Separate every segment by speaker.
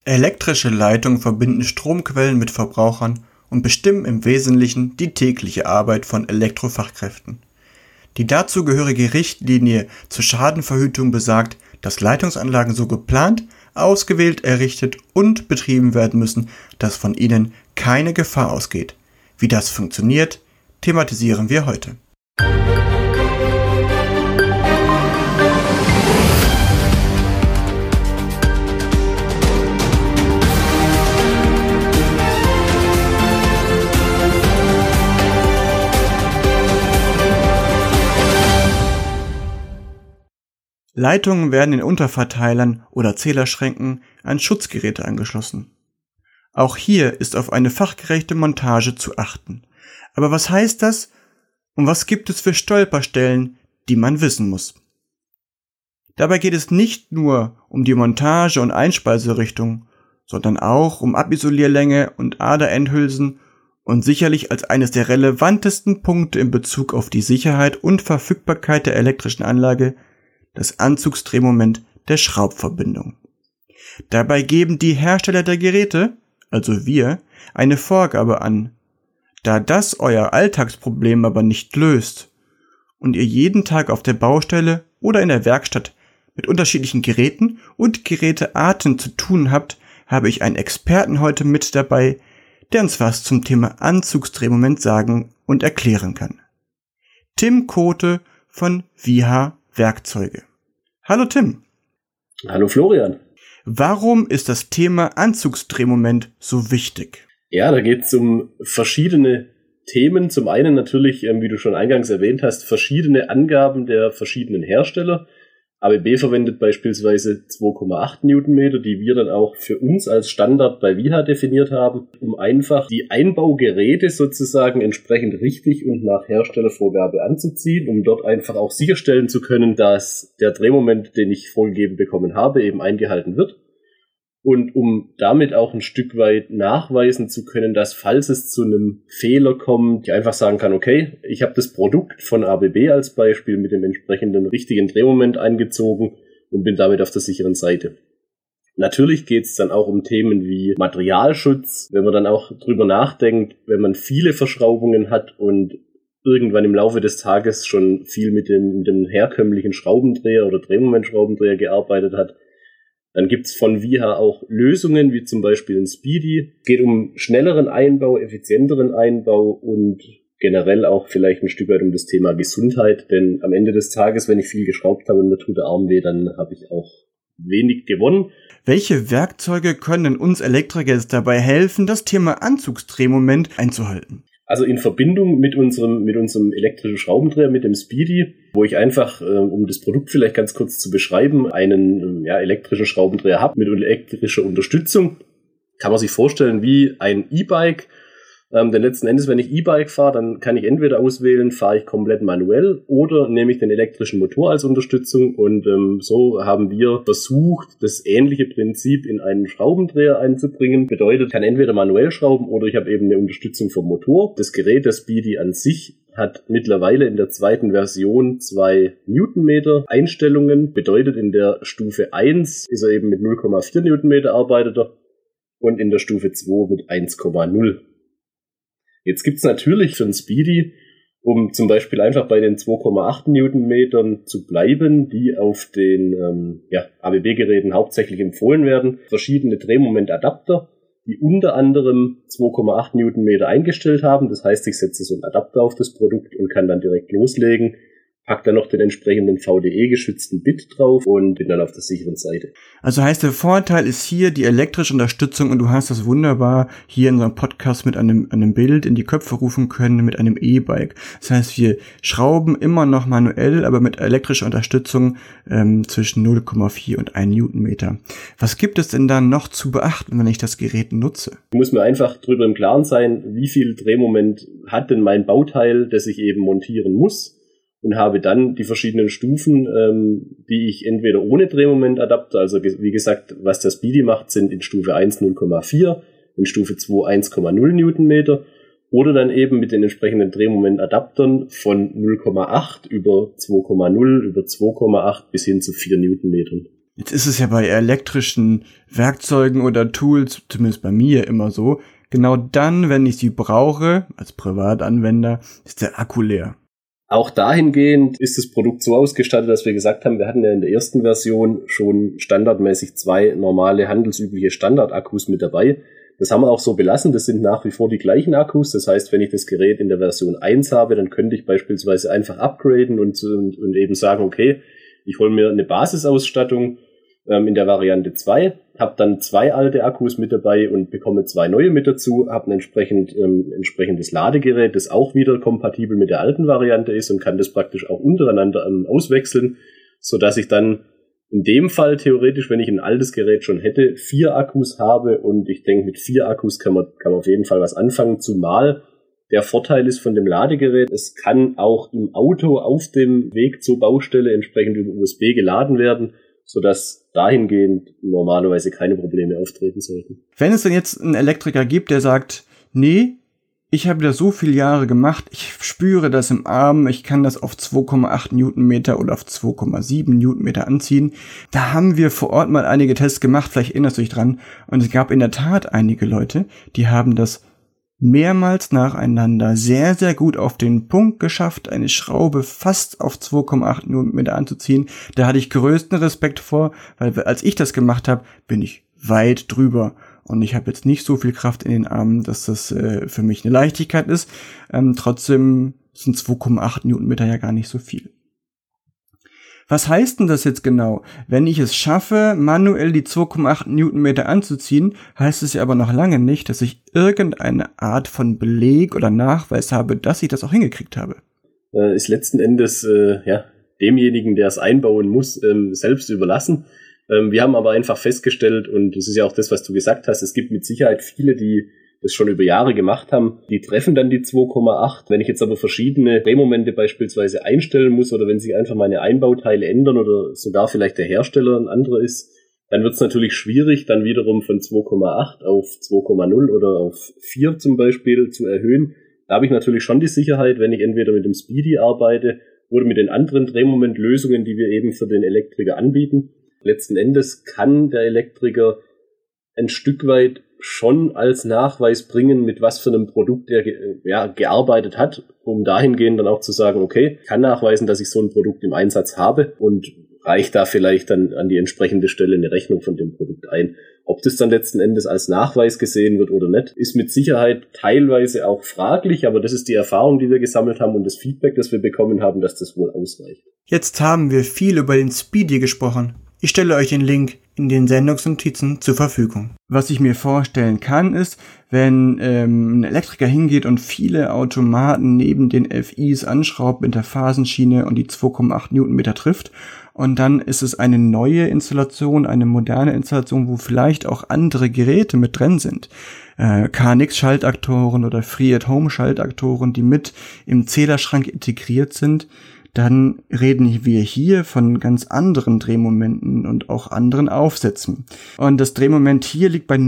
Speaker 1: Elektrische Leitungen verbinden Stromquellen mit Verbrauchern und bestimmen im Wesentlichen die tägliche Arbeit von Elektrofachkräften. Die dazugehörige Richtlinie zur Schadenverhütung besagt, dass Leitungsanlagen so geplant, ausgewählt, errichtet und betrieben werden müssen, dass von ihnen keine Gefahr ausgeht. Wie das funktioniert, thematisieren wir heute. Leitungen werden in Unterverteilern oder Zählerschränken an Schutzgeräte angeschlossen. Auch hier ist auf eine fachgerechte Montage zu achten. Aber was heißt das und was gibt es für Stolperstellen, die man wissen muss? Dabei geht es nicht nur um die Montage und Einspeiserichtung, sondern auch um Abisolierlänge und Aderendhülsen und sicherlich als eines der relevantesten Punkte in Bezug auf die Sicherheit und Verfügbarkeit der elektrischen Anlage das Anzugsdrehmoment der Schraubverbindung. Dabei geben die Hersteller der Geräte, also wir, eine Vorgabe an. Da das euer Alltagsproblem aber nicht löst und ihr jeden Tag auf der Baustelle oder in der Werkstatt mit unterschiedlichen Geräten und Gerätearten zu tun habt, habe ich einen Experten heute mit dabei, der uns was zum Thema Anzugsdrehmoment sagen und erklären kann. Tim Kote von Wiha Werkzeuge. Hallo Tim.
Speaker 2: Hallo Florian.
Speaker 1: Warum ist das Thema Anzugsdrehmoment so wichtig?
Speaker 2: Ja, da geht es um verschiedene Themen. Zum einen natürlich, wie du schon eingangs erwähnt hast, verschiedene Angaben der verschiedenen Hersteller. ABB verwendet beispielsweise 2,8 Newtonmeter, die wir dann auch für uns als Standard bei Wiha definiert haben, um einfach die Einbaugeräte sozusagen entsprechend richtig und nach Herstellervorgabe anzuziehen, um dort einfach auch sicherstellen zu können, dass der Drehmoment, den ich vorgegeben bekommen habe, eben eingehalten wird. Und um damit auch ein Stück weit nachweisen zu können, dass falls es zu einem Fehler kommt, ich einfach sagen kann, okay, ich habe das Produkt von ABB als Beispiel mit dem entsprechenden richtigen Drehmoment eingezogen und bin damit auf der sicheren Seite. Natürlich geht es dann auch um Themen wie Materialschutz, wenn man dann auch drüber nachdenkt, wenn man viele Verschraubungen hat und irgendwann im Laufe des Tages schon viel mit dem herkömmlichen Schraubendreher oder Drehmomentschraubendreher gearbeitet hat. Dann gibt's von Wiha auch Lösungen, wie zum Beispiel ein Speedy. Es geht um schnelleren Einbau, effizienteren Einbau und generell auch vielleicht ein Stück weit um das Thema Gesundheit. Denn am Ende des Tages, wenn ich viel geschraubt habe und mir tut der Arm weh, dann habe ich auch wenig gewonnen.
Speaker 1: Welche Werkzeuge können uns Elektriker jetzt dabei helfen, das Thema Anzugsdrehmoment einzuhalten?
Speaker 2: Also in Verbindung mit unserem elektrischen Schraubendreher, mit dem Speedy, wo ich einfach, um das Produkt vielleicht ganz kurz zu beschreiben, einen elektrischen Schraubendreher habe mit elektrischer Unterstützung. Kann man sich vorstellen wie ein E-Bike. Denn letzten Endes, wenn ich E-Bike fahre, dann kann ich entweder auswählen, fahre ich komplett manuell oder nehme ich den elektrischen Motor als Unterstützung. Und so haben wir versucht, das ähnliche Prinzip in einen Schraubendreher einzubringen. Bedeutet, ich kann entweder manuell schrauben oder ich habe eben eine Unterstützung vom Motor. Das Gerät, das Speedy an sich, hat mittlerweile in der zweiten Version 2 Newtonmeter Einstellungen. Bedeutet, in der Stufe 1 ist er eben mit 0,4 Newtonmeter arbeitet er und in der Stufe 2 mit 1,0. Jetzt gibt's natürlich für ein Speedy, um zum Beispiel einfach bei den 2,8 Newtonmetern zu bleiben, die auf den ABB-Geräten hauptsächlich empfohlen werden, verschiedene Drehmomentadapter, die unter anderem 2,8 Newtonmeter eingestellt haben. Das heißt, ich setze so einen Adapter auf das Produkt und kann dann direkt loslegen. Pack dann noch den entsprechenden VDE-geschützten Bit drauf und bin dann auf der sicheren Seite.
Speaker 1: Also heißt, der Vorteil ist hier die elektrische Unterstützung und du hast das wunderbar hier in unserem Podcast mit einem Bild in die Köpfe rufen können mit einem E-Bike. Das heißt, wir schrauben immer noch manuell, aber mit elektrischer Unterstützung zwischen 0,4 und 1 Newtonmeter. Was gibt es denn da noch zu beachten, wenn ich das Gerät nutze?
Speaker 2: Ich muss mir einfach darüber im Klaren sein, wie viel Drehmoment hat denn mein Bauteil, das ich eben montieren muss. Und habe dann die verschiedenen Stufen, die ich entweder ohne Drehmomentadapter, also wie gesagt, was der Speedy macht, sind in Stufe 1 0,4, in Stufe 2 1,0 Newtonmeter oder dann eben mit den entsprechenden Drehmomentadaptern von 0,8 über 2,0 über 2,8 bis hin zu 4 Newtonmetern.
Speaker 1: Jetzt ist es ja bei elektrischen Werkzeugen oder Tools, zumindest bei mir immer so, genau dann, wenn ich sie brauche, als Privatanwender, ist der Akku leer.
Speaker 2: Auch dahingehend ist das Produkt so ausgestattet, dass wir gesagt haben, wir hatten ja in der ersten Version schon standardmäßig 2 normale handelsübliche Standardakkus mit dabei. Das haben wir auch so belassen, das sind nach wie vor die gleichen Akkus. Das heißt, wenn ich das Gerät in der Version 1 habe, dann könnte ich beispielsweise einfach upgraden und eben sagen, okay, ich hole mir eine Basisausstattung in der Variante 2, habe dann 2 alte Akkus mit dabei und bekomme 2 neue mit dazu, habe ein entsprechendes Ladegerät, das auch wieder kompatibel mit der alten Variante ist und kann das praktisch auch untereinander auswechseln, sodass ich dann in dem Fall theoretisch, wenn ich ein altes Gerät schon hätte, 4 Akkus habe und ich denke, mit 4 Akkus kann man auf jeden Fall was anfangen, zumal der Vorteil ist von dem Ladegerät, es kann auch im Auto auf dem Weg zur Baustelle entsprechend über USB geladen werden, sodass dahingehend normalerweise keine Probleme auftreten sollten.
Speaker 1: Wenn es denn jetzt einen Elektriker gibt, der sagt, nee, ich habe das so viele Jahre gemacht, ich spüre das im Arm, ich kann das auf 2,8 Newtonmeter oder auf 2,7 Newtonmeter anziehen. Da haben wir vor Ort mal einige Tests gemacht, vielleicht erinnerst du dich dran. Und es gab in der Tat einige Leute, die haben das mehrmals nacheinander sehr, sehr gut auf den Punkt geschafft, eine Schraube fast auf 2,8 Newtonmeter anzuziehen. Da hatte ich größten Respekt vor, weil als ich das gemacht habe, bin ich weit drüber. Und ich habe jetzt nicht so viel Kraft in den Armen, dass das für mich eine Leichtigkeit ist. Trotzdem sind 2,8 Newtonmeter ja gar nicht so viel. Was heißt denn das jetzt genau? Wenn ich es schaffe, manuell die 2,8 Newtonmeter anzuziehen, heißt es ja aber noch lange nicht, dass ich irgendeine Art von Beleg oder Nachweis habe, dass ich das auch hingekriegt habe.
Speaker 2: Ist letzten Endes demjenigen, der es einbauen muss, selbst überlassen. Wir haben aber einfach festgestellt, und das ist ja auch das, was du gesagt hast, es gibt mit Sicherheit viele, die das schon über Jahre gemacht haben, die treffen dann die 2,8. Wenn ich jetzt aber verschiedene Drehmomente beispielsweise einstellen muss oder wenn sich einfach meine Einbauteile ändern oder sogar vielleicht der Hersteller ein anderer ist, dann wird es natürlich schwierig, dann wiederum von 2,8 auf 2,0 oder auf 4 zum Beispiel zu erhöhen. Da habe ich natürlich schon die Sicherheit, wenn ich entweder mit dem Speedy arbeite oder mit den anderen Drehmomentlösungen, die wir eben für den Elektriker anbieten. Letzten Endes kann der Elektriker ein Stück weit schon als Nachweis bringen, mit was für einem Produkt er gearbeitet hat, um dahingehend dann auch zu sagen, okay, kann nachweisen, dass ich so ein Produkt im Einsatz habe und reicht da vielleicht dann an die entsprechende Stelle eine Rechnung von dem Produkt ein. Ob das dann letzten Endes als Nachweis gesehen wird oder nicht, ist mit Sicherheit teilweise auch fraglich, aber das ist die Erfahrung, die wir gesammelt haben und das Feedback, das wir bekommen haben, dass das wohl ausreicht.
Speaker 1: Jetzt haben wir viel über den Speedy gesprochen. Ich stelle euch den Link in den Sendungsnotizen zur Verfügung. Was ich mir vorstellen kann, ist, wenn ein Elektriker hingeht und viele Automaten neben den FIs anschraubt mit der Phasenschiene und die 2,8 Newtonmeter trifft und dann ist es eine neue Installation, eine moderne Installation, wo vielleicht auch andere Geräte mit drin sind. KNX-Schaltaktoren oder Free-at-Home-Schaltaktoren, die mit im Zählerschrank integriert sind. Dann reden wir hier von ganz anderen Drehmomenten und auch anderen Aufsätzen. Und das Drehmoment hier liegt bei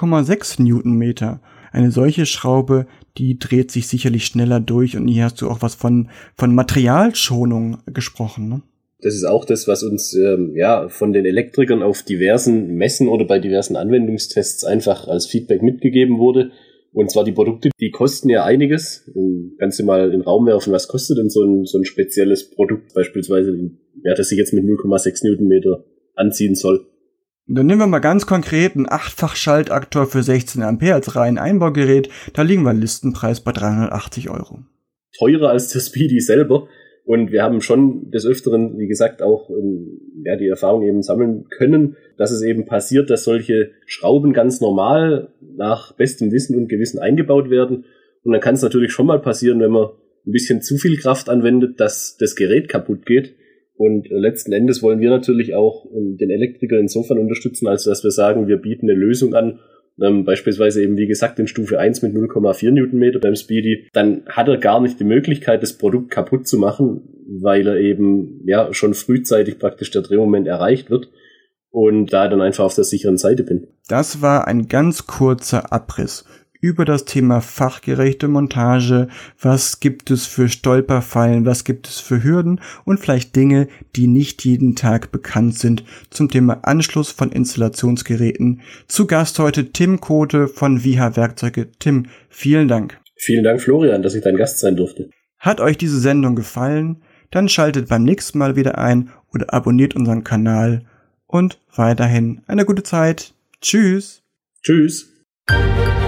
Speaker 1: 0,6 Newtonmeter. Eine solche Schraube, die dreht sich sicherlich schneller durch und hier hast du auch was von Materialschonung gesprochen, ne?
Speaker 2: Das ist auch das, was uns von den Elektrikern auf diversen Messen oder bei diversen Anwendungstests einfach als Feedback mitgegeben wurde. Und zwar die Produkte, die kosten ja einiges. Kannst du mal in den Raum werfen, was kostet denn so ein spezielles Produkt beispielsweise, das sich jetzt mit 0,6 Newtonmeter anziehen soll?
Speaker 1: Dann nehmen wir mal ganz konkret einen 8-fach-Schaltaktor für 16 Ampere als rein Einbaugerät. Da liegen wir Listenpreis bei 380 €.
Speaker 2: Teurer als der Speedy selber. Und wir haben schon des Öfteren, wie gesagt, auch die Erfahrung eben sammeln können, dass es eben passiert, dass solche Schrauben ganz normal nach bestem Wissen und Gewissen eingebaut werden. Und dann kann es natürlich schon mal passieren, wenn man ein bisschen zu viel Kraft anwendet, dass das Gerät kaputt geht. Und letzten Endes wollen wir natürlich auch den Elektriker insofern unterstützen, als dass wir sagen, wir bieten eine Lösung an, beispielsweise eben, wie gesagt, in Stufe 1 mit 0,4 Newtonmeter beim Speedy, dann hat er gar nicht die Möglichkeit, das Produkt kaputt zu machen, weil er eben schon frühzeitig praktisch der Drehmoment erreicht wird und da dann einfach auf der sicheren Seite bin.
Speaker 1: Das war ein ganz kurzer Abriss über das Thema fachgerechte Montage. Was gibt es für Stolperfallen, was gibt es für Hürden und vielleicht Dinge, die nicht jeden Tag bekannt sind zum Thema Anschluss von Installationsgeräten. Zu Gast heute Tim Kote von VH Werkzeuge. Tim, vielen Dank.
Speaker 2: Vielen Dank, Florian, dass ich dein Gast sein durfte.
Speaker 1: Hat euch diese Sendung gefallen? Dann schaltet beim nächsten Mal wieder ein oder abonniert unseren Kanal. Und weiterhin eine gute Zeit. Tschüss.
Speaker 2: Tschüss.